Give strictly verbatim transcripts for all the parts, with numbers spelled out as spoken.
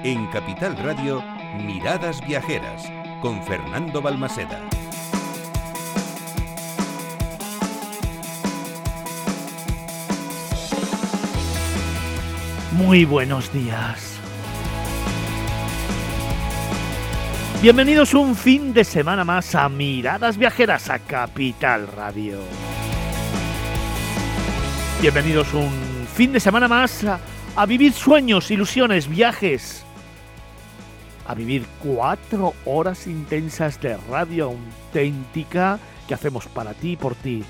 En Capital Radio, Miradas Viajeras, con Fernando Balmaseda. Muy buenos días. Bienvenidos un fin de semana más a Miradas Viajeras, a Capital Radio. Bienvenidos un fin de semana más a, a vivir sueños, ilusiones, viajes. A vivir cuatro horas intensas de radio auténtica que hacemos para ti y por ti.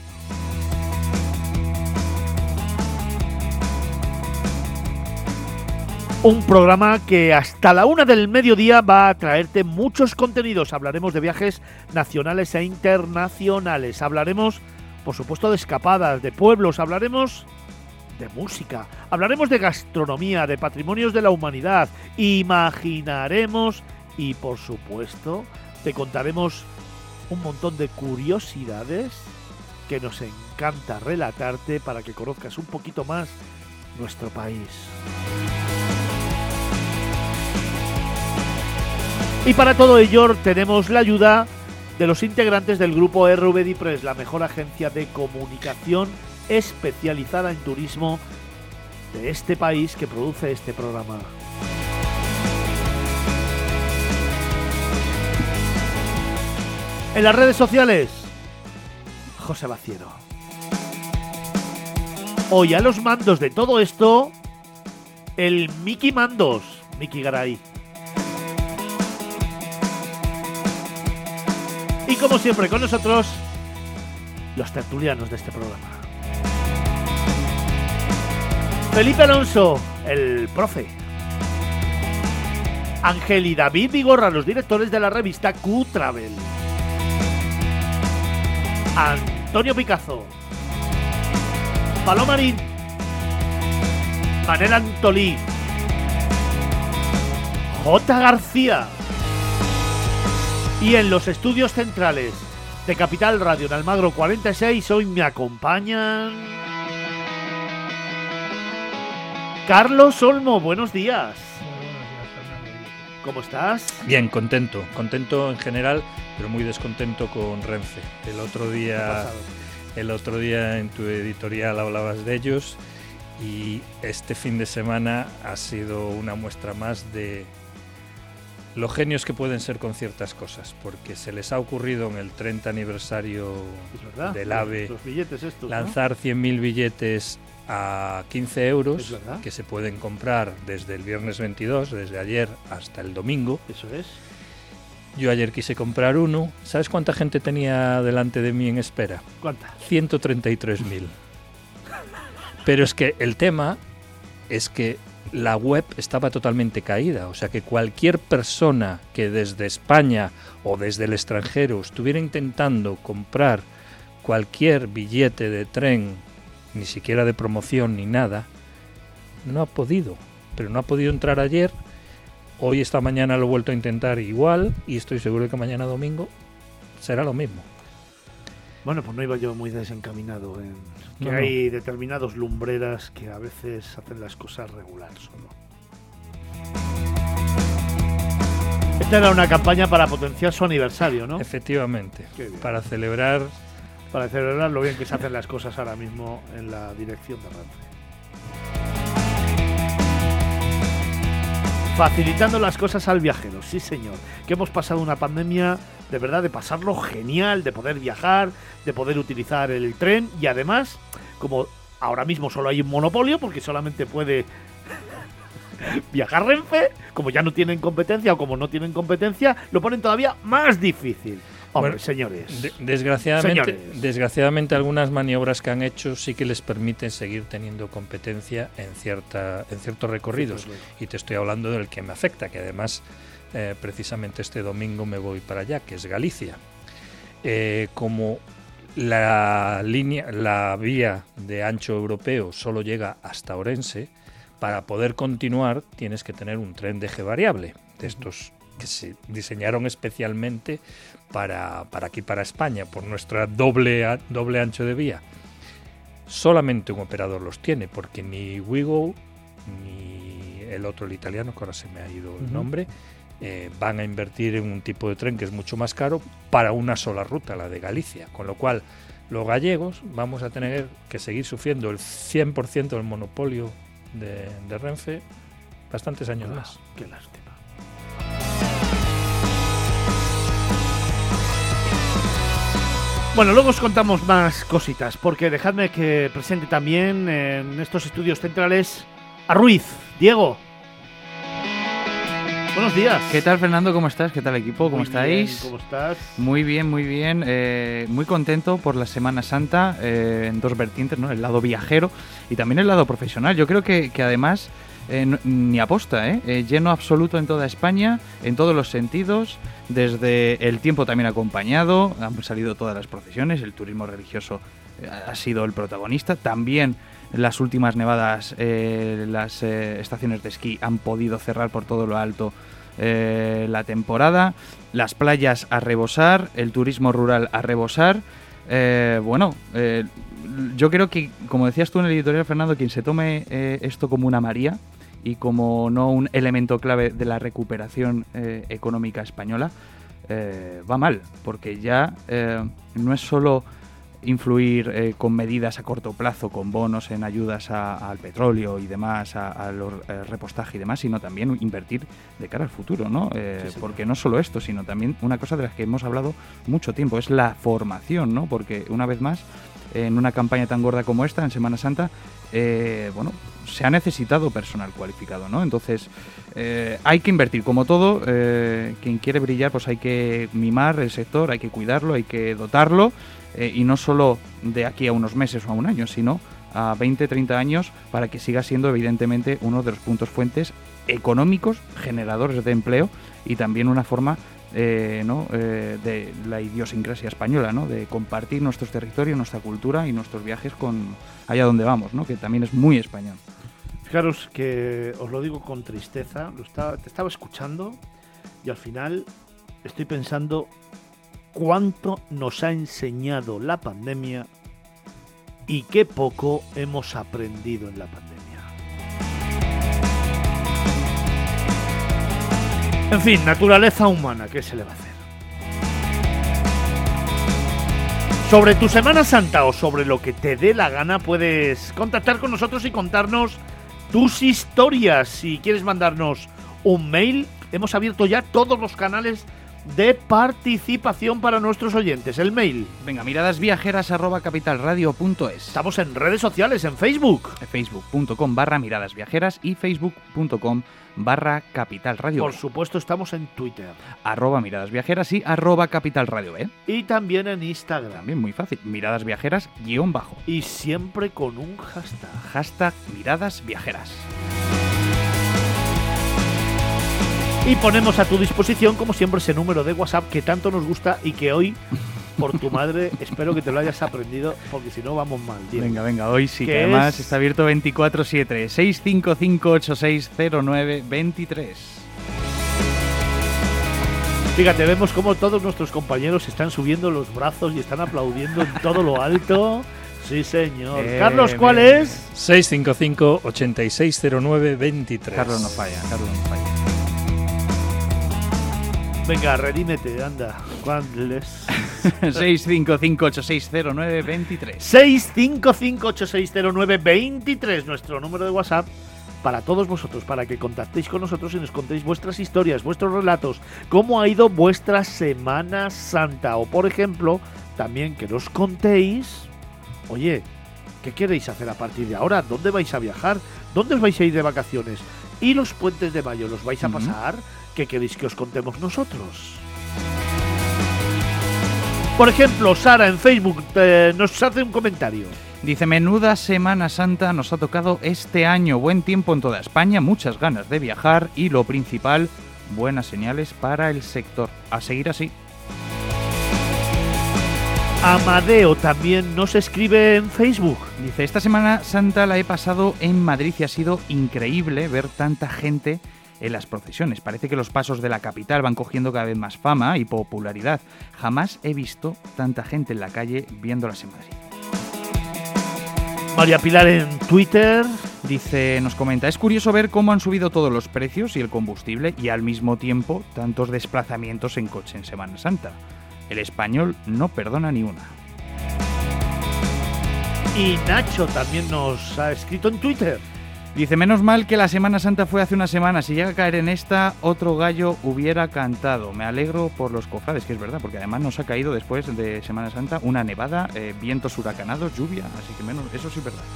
Un programa que hasta la una del mediodía va a traerte muchos contenidos. Hablaremos de viajes nacionales e internacionales. Hablaremos, por supuesto, de escapadas, de pueblos. Hablaremos de música. Hablaremos de gastronomía, de patrimonios de la humanidad. Imaginaremos y, por supuesto, te contaremos un montón de curiosidades que nos encanta relatarte para que conozcas un poquito más nuestro país. Y para todo ello tenemos la ayuda de los integrantes del grupo R V D Press, la mejor agencia de comunicación especializada en turismo de este país que produce este programa. En las redes sociales, José Baciero. Hoy a los mandos de todo esto, el Miki Mandos, Miki Garay. Y como siempre con nosotros, los tertulianos de este programa. Felipe Alonso, el profe. Ángel y David Vigorra, los directores de la revista Q-Travel. Antonio Picazo. Palomarín. Manel Antolí. J. García. Y en los estudios centrales de Capital Radio en Almagro cuarenta y seis, hoy me acompañan Carlos Olmo. Buenos días. Muy buenos días, Fernando. ¿Cómo estás? Bien, contento. Contento en general, pero muy descontento con Renfe. El otro día, el otro día en tu editorial hablabas de ellos y este fin de semana ha sido una muestra más de los genios que pueden ser con ciertas cosas, porque se les ha ocurrido en el treinta aniversario del AVE los billetes estos, lanzar ¿no? cien mil billetes a quince euros Es que se pueden comprar desde el viernes veintidós, desde ayer hasta el domingo. Eso es. Yo ayer quise comprar uno. ¿Sabes cuánta gente tenía delante de mí en espera? ¿Cuánta? ciento treinta y tres mil. Pero es que el tema es que la web estaba totalmente caída, o sea que cualquier persona que desde España o desde el extranjero estuviera intentando comprar cualquier billete de tren, ni siquiera de promoción ni nada, no ha podido, pero no ha podido entrar ayer. Hoy, esta mañana lo he vuelto a intentar igual y estoy seguro de que mañana domingo será lo mismo. Bueno, pues no iba yo muy desencaminado en que No, no. hay determinados lumbreras que a veces hacen las cosas regular solo. Esta era una campaña para potenciar su aniversario, ¿no? Efectivamente, Qué bien. para celebrar. Para celebrar lo bien que se hacen las cosas ahora mismo en la dirección de Renfe. Facilitando las cosas al viajero, sí señor. Que hemos pasado una pandemia de verdad de pasarlo genial, de poder viajar, de poder utilizar el tren y además, como ahora mismo solo hay un monopolio porque solamente puede viajar Renfe, como ya no tienen competencia o como no tienen competencia, lo ponen todavía más difícil. Hombre, Bueno, señores. De- desgraciadamente, Señores. desgraciadamente algunas maniobras que han hecho sí que les permiten seguir teniendo competencia en cierta en ciertos recorridos. Ciertos Y te estoy hablando del que me afecta, que además eh, precisamente este domingo me voy para allá, que es Galicia. Eh, como la línea, la vía de ancho europeo solo llega hasta Orense, para poder continuar tienes que tener un tren de eje variable, de estos que se diseñaron especialmente para, para aquí, para España, por nuestra doble, a- doble ancho de vía. Solamente un operador los tiene, porque ni Wigo, ni el otro, el italiano, que ahora se me ha ido el Uh-huh. nombre, eh, van a invertir en un tipo de tren que es mucho más caro para una sola ruta, la de Galicia, con lo cual los gallegos vamos a tener que seguir sufriendo el cien por ciento del monopolio de, de Renfe bastantes años Ah, más. Qué lástima. Bueno, luego os contamos más cositas, porque dejadme que presente también en estos estudios centrales a Ruiz. Diego. Buenos días. ¿Qué tal, Fernando? ¿Cómo estás? ¿Qué tal, equipo? ¿Cómo Muy estáis? bien, ¿cómo estás? Muy bien, muy bien. Eh, muy contento por la Semana Santa eh, en dos vertientes, ¿no? El lado viajero y también el lado profesional. Yo creo que, que además, eh, no- ni aposta, ¿eh? Eh, lleno absoluto en toda España, en todos los sentidos. Desde el tiempo también acompañado, han salido todas las procesiones, el turismo religioso eh, ha sido el protagonista. También las últimas nevadas, eh, las eh, estaciones de esquí han podido cerrar por todo lo alto eh, la temporada, las playas a rebosar, el turismo rural a rebosar. Eh, bueno, eh, yo creo que, como decías tú en el editorial, Fernando, quien se tome eh, esto como una María y como no un elemento clave de la recuperación eh, económica española, eh, va mal, porque ya eh, no es solo influir eh, con medidas a corto plazo, con bonos en ayudas a- al petróleo y demás, a, a los eh, repostaje y demás, sino también invertir de cara al futuro, ¿no? Eh, Sí, señor. porque no solo esto, sino también una cosa de la que hemos hablado mucho tiempo, es la formación, ¿no? Porque una vez más, en una campaña tan gorda como esta, en Semana Santa, eh, bueno, se ha necesitado personal cualificado, ¿no? Entonces, eh, hay que invertir, como todo, eh, quien quiere brillar, pues hay que mimar el sector, hay que cuidarlo, hay que dotarlo, eh, y no solo de aquí a unos meses o a un año, sino a veinte, treinta años, para que siga siendo evidentemente uno de los puntos fuentes económicos, generadores de empleo y también una forma eh, ¿no? eh, de la idiosincrasia española, ¿no? De compartir nuestros territorios, nuestra cultura y nuestros viajes con allá donde vamos, ¿no? Que también es muy español. Fijaros que os lo digo con tristeza, lo estaba, te estaba escuchando y al final estoy pensando cuánto nos ha enseñado la pandemia y qué poco hemos aprendido en la pandemia. En fin, naturaleza humana, ¿qué se le va a hacer? Sobre tu Semana Santa o sobre lo que te dé la gana, puedes contactar con nosotros y contarnos tus historias. Si quieres mandarnos un mail, hemos abierto ya todos los canales de participación para nuestros oyentes. El mail. Venga, miradasviajeras arroba capitalradio punto es. Estamos en redes sociales, en Facebook. Facebook.com barra miradasviajeras y Facebook.com barra capitalradio. Por supuesto, estamos en Twitter. Arroba miradasviajeras y arroba capitalradio. ¿eh? Y también en Instagram. También muy fácil. Miradasviajeras guión bajo. Y siempre con un hashtag. Hashtag miradasviajeras. Y ponemos a tu disposición, como siempre, ese número de WhatsApp que tanto nos gusta y que hoy, por tu madre, espero que te lo hayas aprendido, porque si no vamos mal. Diego. Venga, venga, hoy sí, ¿Qué que además es? está abierto veinticuatro siete. seis cinco cinco ocho seis cero nueve dos tres. Fíjate, vemos cómo todos nuestros compañeros están subiendo los brazos y están aplaudiendo en todo lo alto. Sí, señor. Eh, Carlos, ¿cuál bien, es? seis cinco cinco, ocho seis cero nueve, veintitrés. Carlos no falla, Carlos no falla. Venga, redímete, anda. ¿Cuál es? seis cinco cinco ocho seis cero nueve dos tres. seis cinco cinco ocho seis cero nueve dos tres, nuestro número de WhatsApp para todos vosotros, para que contactéis con nosotros y nos contéis vuestras historias, vuestros relatos, cómo ha ido vuestra Semana Santa. O, por ejemplo, también que nos contéis, oye, ¿qué queréis hacer a partir de ahora? ¿Dónde vais a viajar? ¿Dónde os vais a ir de vacaciones? ¿Y los puentes de mayo los vais a Ujú. pasar? ¿Qué queréis que os contemos nosotros? Por ejemplo, Sara en Facebook eh, nos hace un comentario. Dice, menuda Semana Santa nos ha tocado este año. Buen tiempo en toda España, muchas ganas de viajar y lo principal, buenas señales para el sector. A seguir así. Amadeo también nos escribe en Facebook. Dice, esta Semana Santa la he pasado en Madrid y ha sido increíble ver tanta gente en las procesiones. Parece que los pasos de la capital van cogiendo cada vez más fama y popularidad. Jamás he visto tanta gente en la calle viéndolas en Madrid. María Pilar en Twitter dice, nos comenta, es curioso ver cómo han subido todos los precios y el combustible y al mismo tiempo tantos desplazamientos en coche en Semana Santa. El español no perdona ni una. Y Nacho también nos ha escrito en Twitter. Dice, menos mal que la Semana Santa fue hace una semana. Si llega a caer en esta, otro gallo hubiera cantado. Me alegro por los cofrades, que es verdad, porque además nos ha caído después de Semana Santa una nevada, eh, vientos huracanados, lluvia, así que menos, eso sí es verdad.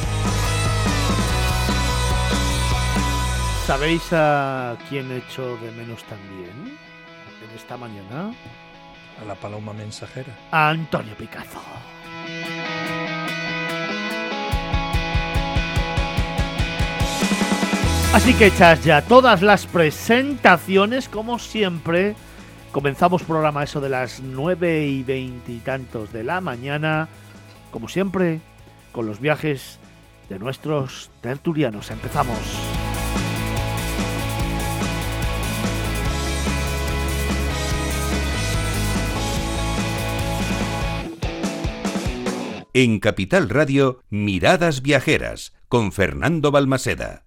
¿Sabéis a quién echo de menos también en esta mañana? A la paloma mensajera. A Antonio Picazo. Así que hechas ya todas las presentaciones, como siempre, comenzamos programa eso de las nueve y veintitantos de la mañana, como siempre, con los viajes de nuestros tertulianos. Empezamos. En Capital Radio, Miradas Viajeras, con Fernando Balmaseda.